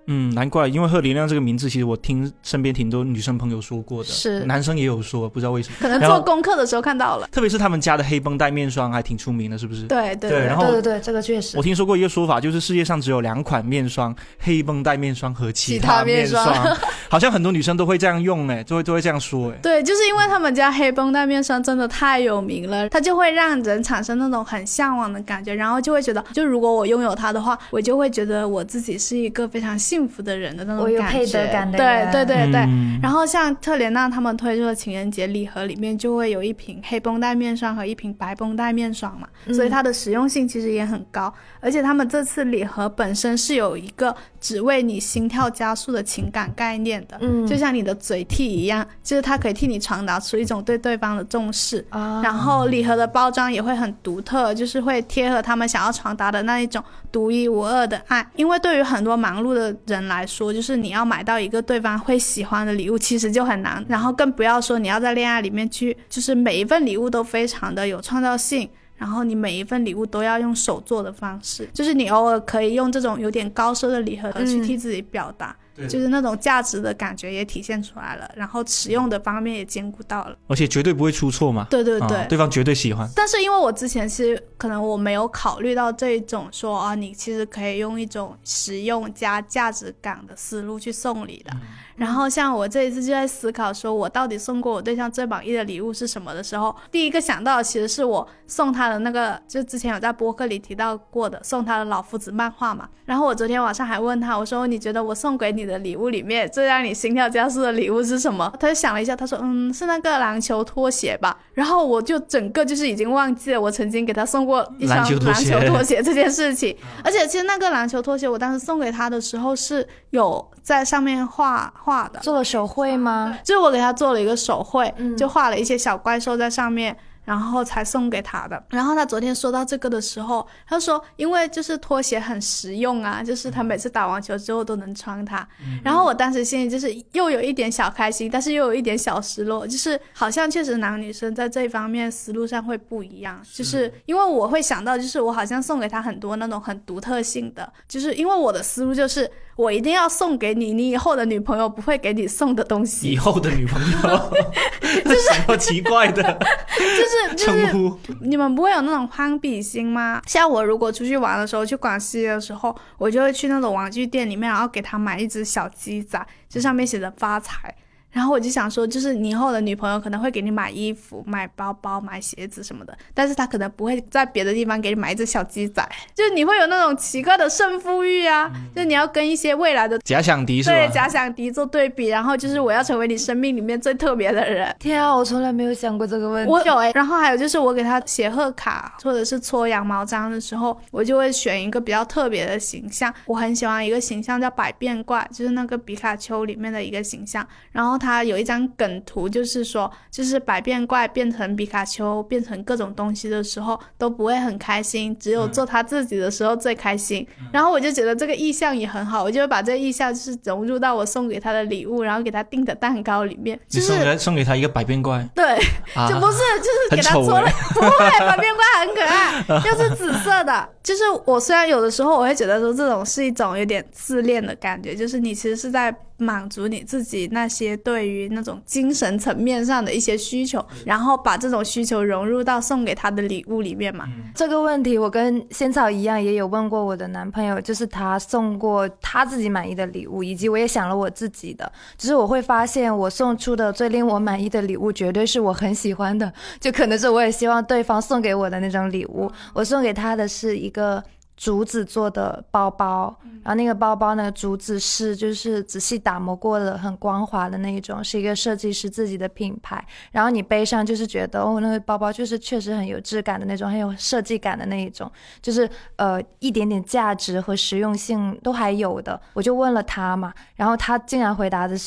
难怪，因为贺林亮这个名字，其实我听身边挺多女生朋友说过的， 是男生也有说，不知道为什么。 可能做功课的时候看到了。 特别是他们家的黑绷带面霜还挺出名的，是不是？ 对对对，然后对对对，这个确实我听说过一个说法，就是世界上只有2款面霜，黑绷带面霜和其其他面面霜好像很多女生都会这样用，都会这样说， 对，就是因为他们家黑绷带面霜真的太有名了，它就会让人产生那种很向往的感觉，然后就会觉得，就如果我拥有它的话，我就会觉得我自己是一个非常幸福的人的那种感觉， 我有配得感的人。 对对对对、 然后像特莲娜他们推出的情人节礼盒里面就会有一瓶黑绷带面霜和一瓶白绷带面霜嘛，所以它的实用性其实也很高，而且他们这次礼盒本身是有一个只为你心跳加速的情感概念的，就像你的嘴替一样，就是它可以替你传达出一种对对方的重视、然后礼盒的包装也会很独特，就是会贴合他们想要传达的那一种独一无二的爱。因为对于很多忙碌的人来说，就是你要买到一个对方会喜欢的礼物其实就很难，然后更不要说你要在恋爱里面去，就是每一份礼物都非常的有创造性，然后你每一份礼物都要用手做的方式，就是你偶尔可以用这种有点高奢的礼盒去替自己表达、就是那种价值的感觉也体现出来了，然后实用的方面也兼顾到了， 而且绝对不会出错嘛。 对对对、 对方绝对喜欢。 但是因为我之前其实可能我没有考虑到这一种说啊，你其实可以用一种实用加价值感的思路去送礼的、然后像我这一次就在思考说我到底送过我对象最满意的礼物是什么的时候，第一个想到的其实是我送他的那个，就之前有在播客里提到过的送他的老夫子漫画嘛。然后我昨天晚上还问他，我说你觉得我送给你的礼物里面最让你心跳加速的礼物是什么？他就想了一下，他说是那个篮球拖鞋吧。然后我就整个就是已经忘记了我曾经给他送过一双篮球拖鞋这件事情。而且其实那个篮球拖鞋我当时送给他的时候是有在上面画的， 做了手绘吗？ 就是我给他做了一个手绘、就画了一些小怪兽在上面，然后才送给他的。然后他昨天说到这个的时候，他说因为就是拖鞋很实用啊，就是他每次打完球之后都能穿它、然后我当时心里就是又有一点小开心，但是又有一点小失落，就是好像确实男女生在这一方面思路上会不一样，就是因为我会想到就是我好像送给他很多那种很独特性的，就是因为我的思路就是我一定要送给你，你以后的女朋友不会给你送的东西。 以后的女朋友就是什么奇怪的称呼、 你们不会有那种攀比心吗？像我如果出去玩的时候，去广西的时候，我就会去那种玩具店里面，然后给他买一只小鸡仔，就上面写着发财。然后我就想说，就是你以后的女朋友可能会给你买衣服、买包包、买鞋子什么的，但是她可能不会在别的地方给你买一只小鸡仔，就是你会有那种奇怪的胜负欲啊，就是你要跟一些未来的假想敌是吧？ 对假想敌做对比，然后就是我要成为你生命里面最特别的人。 天啊，我从来没有想过这个问题。 我有然后还有就是我给他写贺卡或者是搓羊毛毡的时候，我就会选一个比较特别的形象。我很喜欢一个形象叫百变怪，就是那个皮卡丘里面的一个形象，然后他有一张梗图，就是说就是百变怪变成皮卡丘变成各种东西的时候都不会很开心，只有做他自己的时候最开心。然后我就觉得这个意象也很好，我就会把这个意象就是融入到我送给他的礼物，然后给他订的蛋糕里面。就是你送给他一个百变怪， 对、就不是就是给他做了不会，百变怪很可爱，就是紫色的。就是我虽然有的时候我会觉得说这种是一种有点自恋的感觉，就是你其实是在满足你自己那些对于那种精神层面上的一些需求，然后把这种需求融入到送给他的礼物里面嘛。 这个问题我跟仙草一样也有问过我的男朋友，就是他送过他自己满意的礼物，以及我也想了我自己的，就是我会发现我送出的最令我满意的礼物绝对是我很喜欢的，就可能是我也希望对方送给我的那种礼物。我送给他的是一个竹子做的包包，然后那个包包呢，竹子是就是仔细打磨过的很光滑的那一种，是一个设计师自己的品牌，然后你背上就是觉得那个包包就是确实很有质感的那种，很有设计感的那一种，就是一点点价值和实用性都还有的。我就问了他嘛，然后他竟然回答的是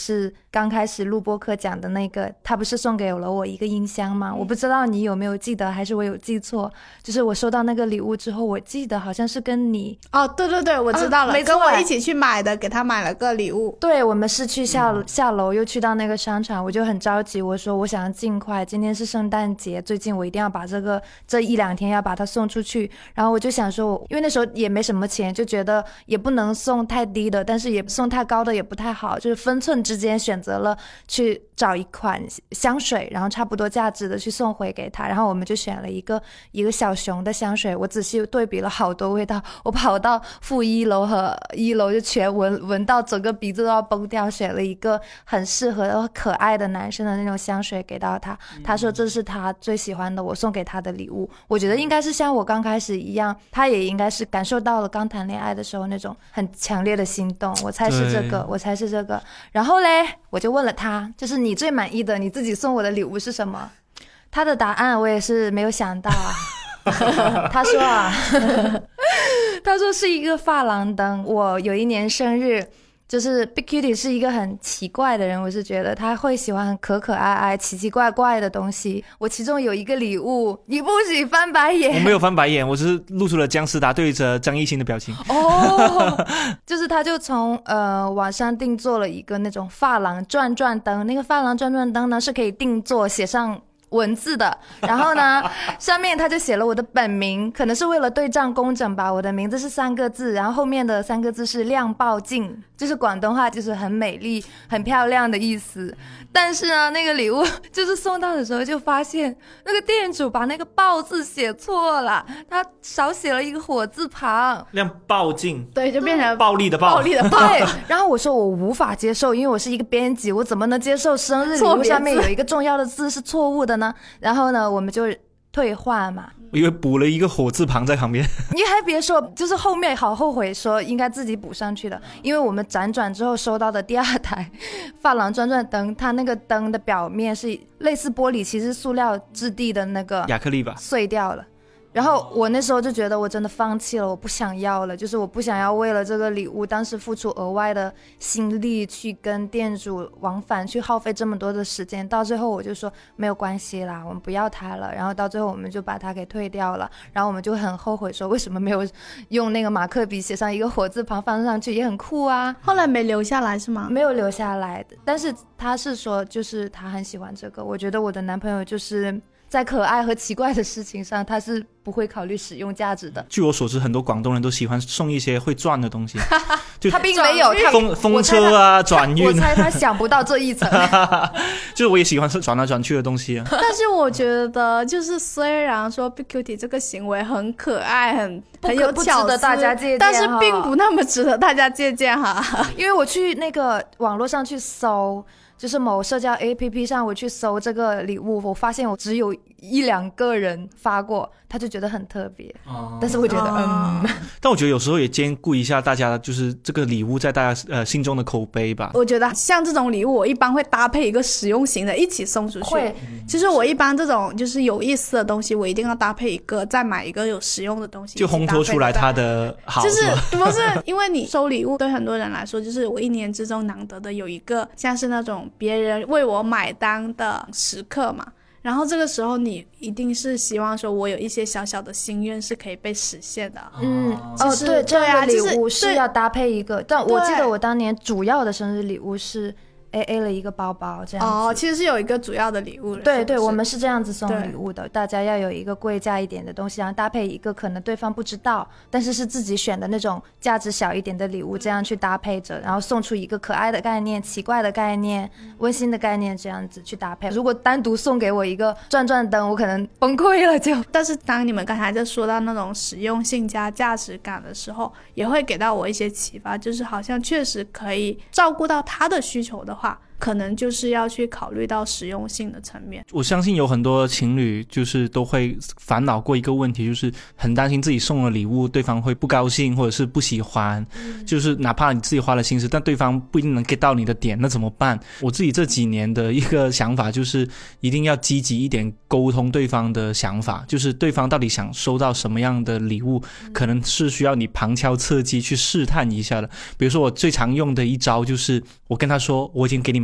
刚开始录播课讲的那个，他不是送给了我一个音箱吗？我不知道你有没有记得，还是我有记错。就是我收到那个礼物之后，我记得好像是跟你哦，对对对，我知道了， 没错跟我一起去买的，给他买了个礼物。 对，我们是去下楼又去到那个商场，我就很着急，我说我想要尽快，今天是圣诞节，最近我一定要把这一两天要把它送出去。然后我就想说，因为那时候也没什么钱，就觉得也不能送太低的，但是也送太高的也不太好，就是分寸之间选择了去找一款香水，然后差不多价值的去送回给他。然后我们就选了一个小熊的香水，我仔细对比了好多味道，我跑到负1楼和1楼就全闻到整个鼻子都要崩掉，选了一个很适合可爱的男生的那种香水给到他。他说这是他最喜欢的，我送给他的礼物。我觉得应该是像我刚开始一样，他也应该是感受到了刚谈恋爱的时候那种很强烈的心动，我猜是这个。然后嘞，我就问了他，就是你最满意的你自己送我的礼物是什么？他的答案我也是没有想到啊。他说他说是一个发廊灯。我有一年生日，就是 Big Cutie 是一个很奇怪的人，我是觉得他会喜欢很可爱奇奇怪怪的东西。我其中有一个礼物，你不许翻白眼。 我没有翻白眼，我只是露出了姜思达对着张艺兴的表情。 哦，就是他就从网上定做了一个那种发廊转转灯，那个发廊转转灯呢是可以定做写上文字的，然后呢上面他就写了我的本名，可能是为了对仗工整吧，我的名字是3个字，然后后面的3个字是亮爆镜，就是广东话就是很美丽很漂亮的意思。但是呢那个礼物就是送到的时候就发现那个店主把那个爆字写错了，他少写了一个火字旁， 亮爆镜， 对，就变成暴力的暴力的暴。 对，然后我说我无法接受，因为我是一个编辑，我怎么能接受生日礼物上面有一个重要的字是错误的呢？然后呢我们就退换嘛。 我以为补了一个火字旁在旁边。 你还别说，就是后面好后悔说应该自己补上去的，因为我们辗转之后收到的第2台发廊转转灯，它那个灯的表面是类似玻璃，其实塑料质地的那个亚克力吧， 碎掉了。然后我那时候就觉得我真的放弃了，我不想要了，就是我不想要为了这个礼物当时付出额外的心力去跟店主往返，去耗费这么多的时间。到最后我就说没有关系啦，我们不要它了。然后到最后我们就把它给退掉了，然后我们就很后悔说为什么没有用那个马克笔写上一个火字旁放上去，也很酷啊。 后来没留下来是吗？ 没有留下来的，但是他是说就是他很喜欢这个。我觉得我的男朋友就是在可爱和奇怪的事情上他是不会考虑使用价值的。 据我所知很多广东人都喜欢送一些会转的东西。就他并没有风车啊转运， 我猜他想不到这一层。 就是我也喜欢转来转去的东西啊。 但是我觉得就是虽然说 Big Cutie 这个行为很可爱很有巧思， 不值得大家借鉴， 但是并不那么值得大家借鉴哈。 因为我去那个网络上去搜，就是某社交 APP 上我去搜这个礼物，我发现我只有1-2个人发过，他就觉得很特别。但是我觉得但我觉得有时候也兼顾一下大家就是这个礼物在大家心中的口碑吧。 我觉得像这种礼物我一般会搭配一个实用型的一起送出去。会，其实我一般这种就是有意思的东西我一定要搭配一个，再买一个有实用的东西， 就烘托出来它的好。 就是不是因为你收礼物对很多人来说就是我1年之中难得的有一个像是那种别人为我买单的时刻嘛，然后这个时候你一定是希望说我有一些小小的心愿是可以被实现的。 对，这样的礼物是要搭配一个。但我记得我当年主要的生日礼物是AA 了一个包包这样子。 其实是有一个主要的礼物的。 对对，我们是这样子送礼物的，大家要有一个贵价一点的东西，然后搭配一个可能对方不知道但是是自己选的那种价值小一点的礼物，这样去搭配着，然后送出一个可爱的概念、奇怪的概念、温馨的概念，这样子去搭配。如果单独送给我一个转转灯，我可能崩溃了就。 但是当你们刚才在说到那种实用性加价值感的时候，也会给到我一些启发，就是好像确实可以照顾到他的需求的话，可能就是要去考虑到实用性的层面。 我相信有很多情侣就是都会烦恼过一个问题，就是很担心自己送了礼物对方会不高兴或者是不喜欢，就是哪怕你自己花了心思但对方不一定能 get 到你的点，那怎么办？我自己这几年的一个想法就是一定要积极一点沟通对方的想法，就是对方到底想收到什么样的礼物，可能是需要你旁敲侧击去试探一下的。比如说我最常用的一招就是我跟他说我已经给你买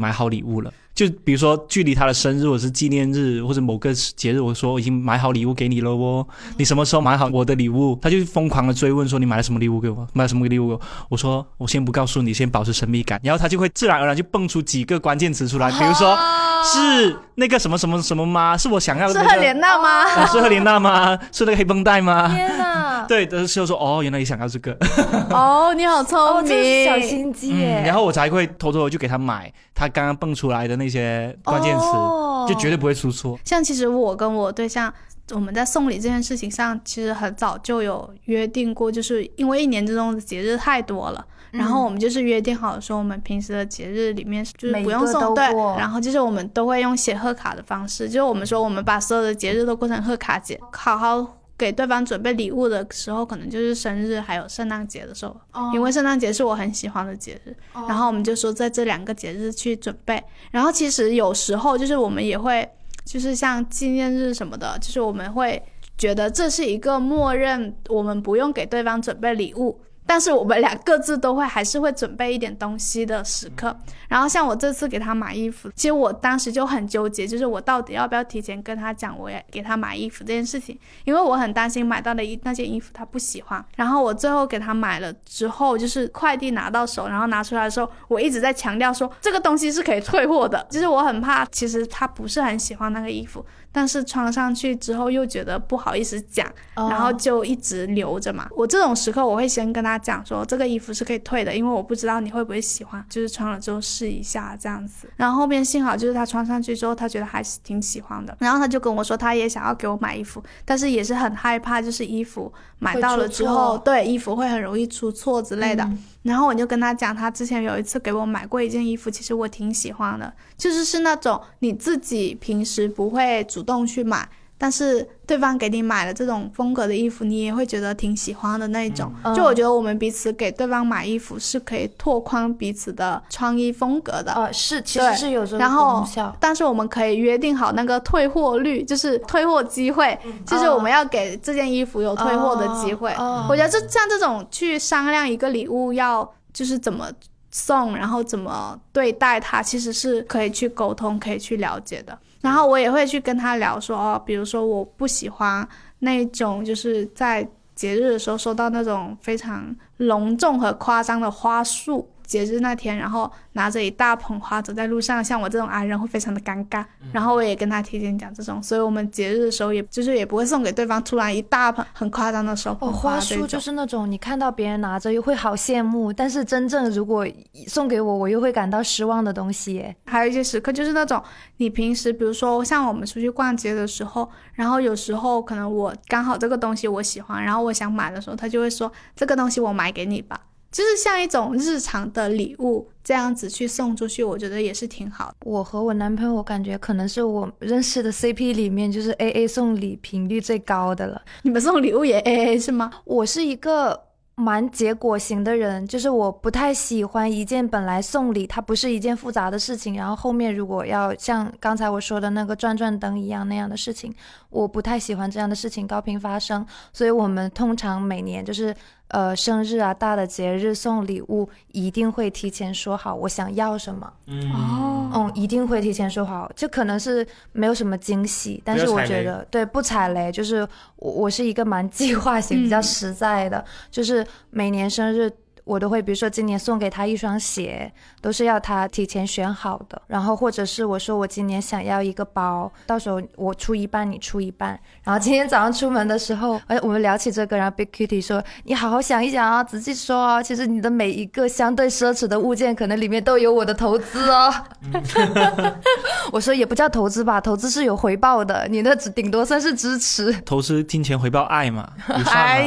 买好礼物了。就比如说距离他的生日或者是纪念日或者某个节日，我说我已经买好礼物给你了哦，你什么时候买好我的礼物？他就疯狂的追问说你买了什么礼物给我，买了什么礼物给我？我说我先不告诉你，先保持神秘感。然后他就会自然而然就蹦出几个关键词出来，比如说是那个什么什么什么吗？是我想要的、那个、 是赫莲娜吗？ 是赫莲娜吗？是那个黑绷带吗？ 天哪！ 对，的时候说哦，原来你想要这个。 哦，你好聪明， 这是小心机耶。 然后我才会偷偷的就给他买他刚刚蹦出来的那些关键词，就绝对不会出错。 像其实我跟我对象，我们在送礼这件事情上，其实很早就有约定过，就是因为一年之中的节日太多了。然后我们就是约定好说，我们平时的节日里面就是不用送，对，然后就是我们都会用写贺卡的方式，就是我们说我们把所有的节日都过成贺卡节，好好给对方准备礼物的时候，可能就是生日还有圣诞节的时候，因为圣诞节是我很喜欢的节日，然后我们就说在这2个节日去准备。然后其实有时候就是我们也会就是像纪念日什么的，就是我们会觉得这是一个默认我们不用给对方准备礼物，但是我们俩各自都会还是会准备一点东西的时刻。然后像我这次给他买衣服，其实我当时就很纠结，就是我到底要不要提前跟他讲我也给他买衣服这件事情，因为我很担心买到的那件衣服他不喜欢。然后我最后给他买了之后，就是快递拿到手，然后拿出来的时候，我一直在强调说这个东西是可以退货的，就是我很怕其实他不是很喜欢那个衣服，但是穿上去之后又觉得不好意思讲，然后就一直留着嘛。我这种时刻我会先跟他讲说这个衣服是可以退的，因为我不知道你会不会喜欢，就是穿了之后试一下这样子。然后后面幸好就是他穿上去之后他觉得还是挺喜欢的，然后他就跟我说他也想要给我买衣服，但是也是很害怕就是衣服买到了之后，对，衣服会很容易出错之类的。然后我就跟他讲他之前有一次给我买过一件衣服，其实我挺喜欢的，就是那种你自己平时不会主动去买，但是对方给你买了这种风格的衣服，你也会觉得挺喜欢的那一种。就我觉得我们彼此给对方买衣服是可以拓宽彼此的穿衣风格的。 是，其实是有这个功效。然后但是我们可以约定好那个退货率，就是退货机会，就是我们要给这件衣服有退货的机会。我觉得像这种去商量一个礼物要就是怎么送，然后怎么对待它，其实是可以去沟通可以去了解的。然后我也会去跟他聊说比如说我不喜欢那种就是在节日的时候收到那种非常隆重和夸张的花束，节日那天然后拿着一大捧花走在路上，像我这种人会非常的尴尬。然后我也跟他提前讲这种，所以我们节日的时候也不会送给对方突然一大捧很夸张的手捧花。 花束就是那种你看到别人拿着又会好羡慕，但是真正如果送给我又会感到失望的东西耶。 还有一些时刻就是那种你平时比如说像我们出去逛街的时候，然后有时候可能我刚好这个东西我喜欢，然后我想买的时候，他就会说这个东西我买给你吧，就是像一种日常的礼物这样子去送出去，我觉得也是挺好的。 我和我男朋友我感觉可能是我认识的 CP 里面就是 AA 送礼频率最高的了。 你们送礼物也 AA 是吗？ 我是一个蛮结果型的人，就是我不太喜欢一件本来送礼它不是一件复杂的事情，然后后面如果要像刚才我说的那个转转灯一样那样的事情，我不太喜欢这样的事情高频发生。所以我们通常每年就是生日啊大的节日送礼物一定会提前说好我想要什么。一定会提前说好，就可能是没有什么惊喜，但是我觉得对不踩雷，就是我是一个蛮计划型比较实在的，就是每年生日我都会比如说今年送给他一双鞋，都是要他提前选好的，然后或者是我说我今年想要一个包，到时候我出一半你出一半。然后今天早上出门的时候我们聊起这个，然后 Big Kitty 说你好好想一想啊，仔细说啊，其实你的每一个相对奢侈的物件可能里面都有我的投资哦。我说也不叫投资吧，投资是有回报的，你那顶多算是支持。 投资金钱回报爱嘛，也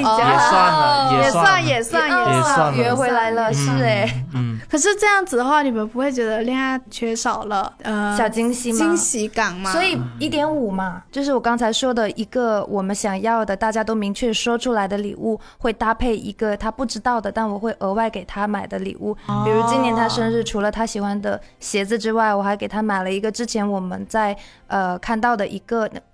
算了， 约回来了，是可是这样子的话，你们不会觉得恋爱缺少了小惊喜吗？ 惊喜感吗？ 所以 1.5 嘛，就是我刚才说的一个我们想要的大家都明确说出来的礼物，会搭配一个他不知道的但我会额外给他买的礼物。比如今年他生日除了他喜欢的鞋子之外，我还给他买了一个之前我们在看到的一个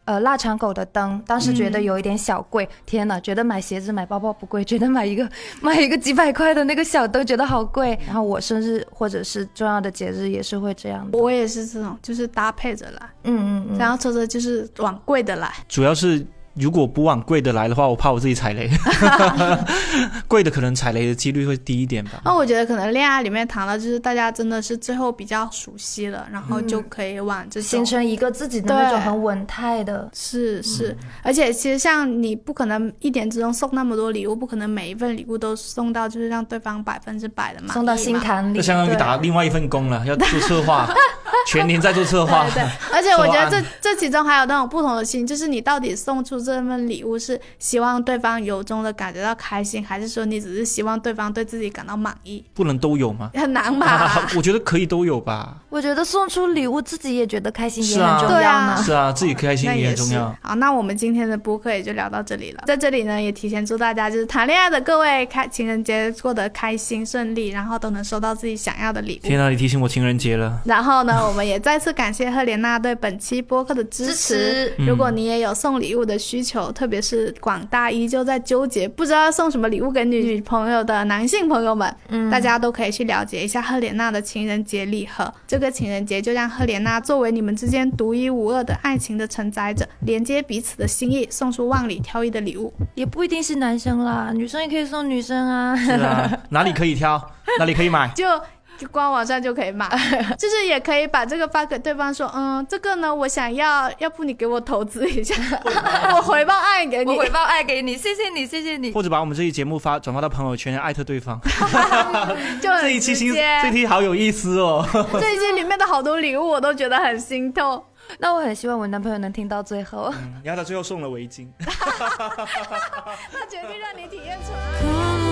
腊肠狗的灯，当时觉得有一点小贵，天哪，觉得买鞋子买包包不贵，觉得买一个几百块的那个小灯觉得好贵。然后我生日或者是重要的节日也是会这样的。 我也是这种，就是搭配着来，然后车车就是往贵的来， 主要是如果不往贵的来的话，我怕我自己踩雷。贵的可能踩雷的几率会低一点吧。 那我觉得可能恋爱里面谈的就是大家真的是最后比较熟悉了，然后就可以往这种形成一个自己的那种很稳态的。 是，而且其实像你不可能一点之中送那么多礼物，不可能每一份礼物都送到就是让对方100%满意嘛， 送到心坎里， 就相当于打另外一份工了，要做策划。全年在做策划。 对，而且我觉得这其中还有那种不同的心，就是你到底送出这份礼物是希望对方由衷的感觉到开心，还是说你只是希望对方对自己感到满意？ 不能都有吗？ 很难吧？ 我觉得可以都有吧。 我觉得送出礼物自己也觉得开心也很重要呢。 是啊，自己开心也很重要。 好，那我们今天的播客也就聊到这里了。在这里呢，也提前祝大家就是谈恋爱的各位情人节过得开心顺利，然后都能收到自己想要的礼物。 天啊，你提醒我情人节了。 然后呢，我们也再次感谢赫莲娜对本期播客的支持。如果你也有送礼物的需求，特别是广大依旧在纠结不知道要送什么礼物给女朋友的男性朋友们，大家都可以去了解一下赫莲娜的情人节礼盒。这个情人节就让赫莲娜作为你们之间独一无二的爱情的承载者，连接彼此的心意，送出万里挑一的礼物。 也不一定是男生啦，女生也可以送女生啊。 是啊，哪里可以挑，哪里可以买。 就官网上就可以买，就是也可以把这个发给对方说，这个呢我想要不你给我投资一下，我回报爱给你， 我回报爱给你，谢谢你，谢谢你。 或者把我们这期节目转发到朋友圈，艾特对方。 就这一期好有意思哦。 这一期里面的好多礼物我都觉得很心痛。 那我很希望我男朋友能听到最后。 然后他最后送了围巾。 他决定让你体验出来。